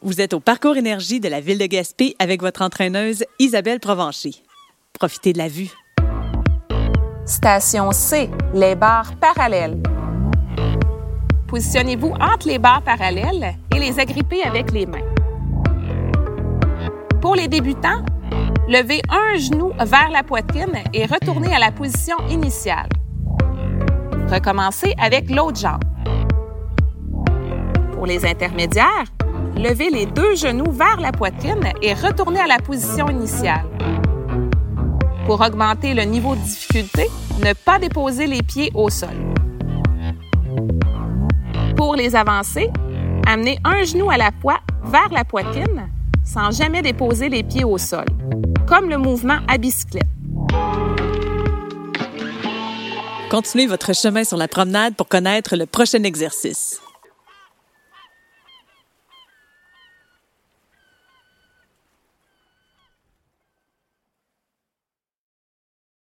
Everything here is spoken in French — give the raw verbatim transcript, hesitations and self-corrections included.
Vous êtes au Parcours Énergie de la Ville de Gaspé avec votre entraîneuse Isabelle Provencher. Profitez de la vue. Station C, les barres parallèles. Positionnez-vous entre les barres parallèles et les agrippez avec les mains. Pour les débutants, levez un genou vers la poitrine et retournez à la position initiale. Recommencez avec l'autre jambe. Pour les intermédiaires, levez les deux genoux vers la poitrine et retournez à la position initiale. Pour augmenter le niveau de difficulté, ne pas déposer les pieds au sol. Pour les avancées, amenez un genou à la fois vers la poitrine sans jamais déposer les pieds au sol, comme le mouvement à bicyclette. Continuez votre chemin sur la promenade pour connaître le prochain exercice.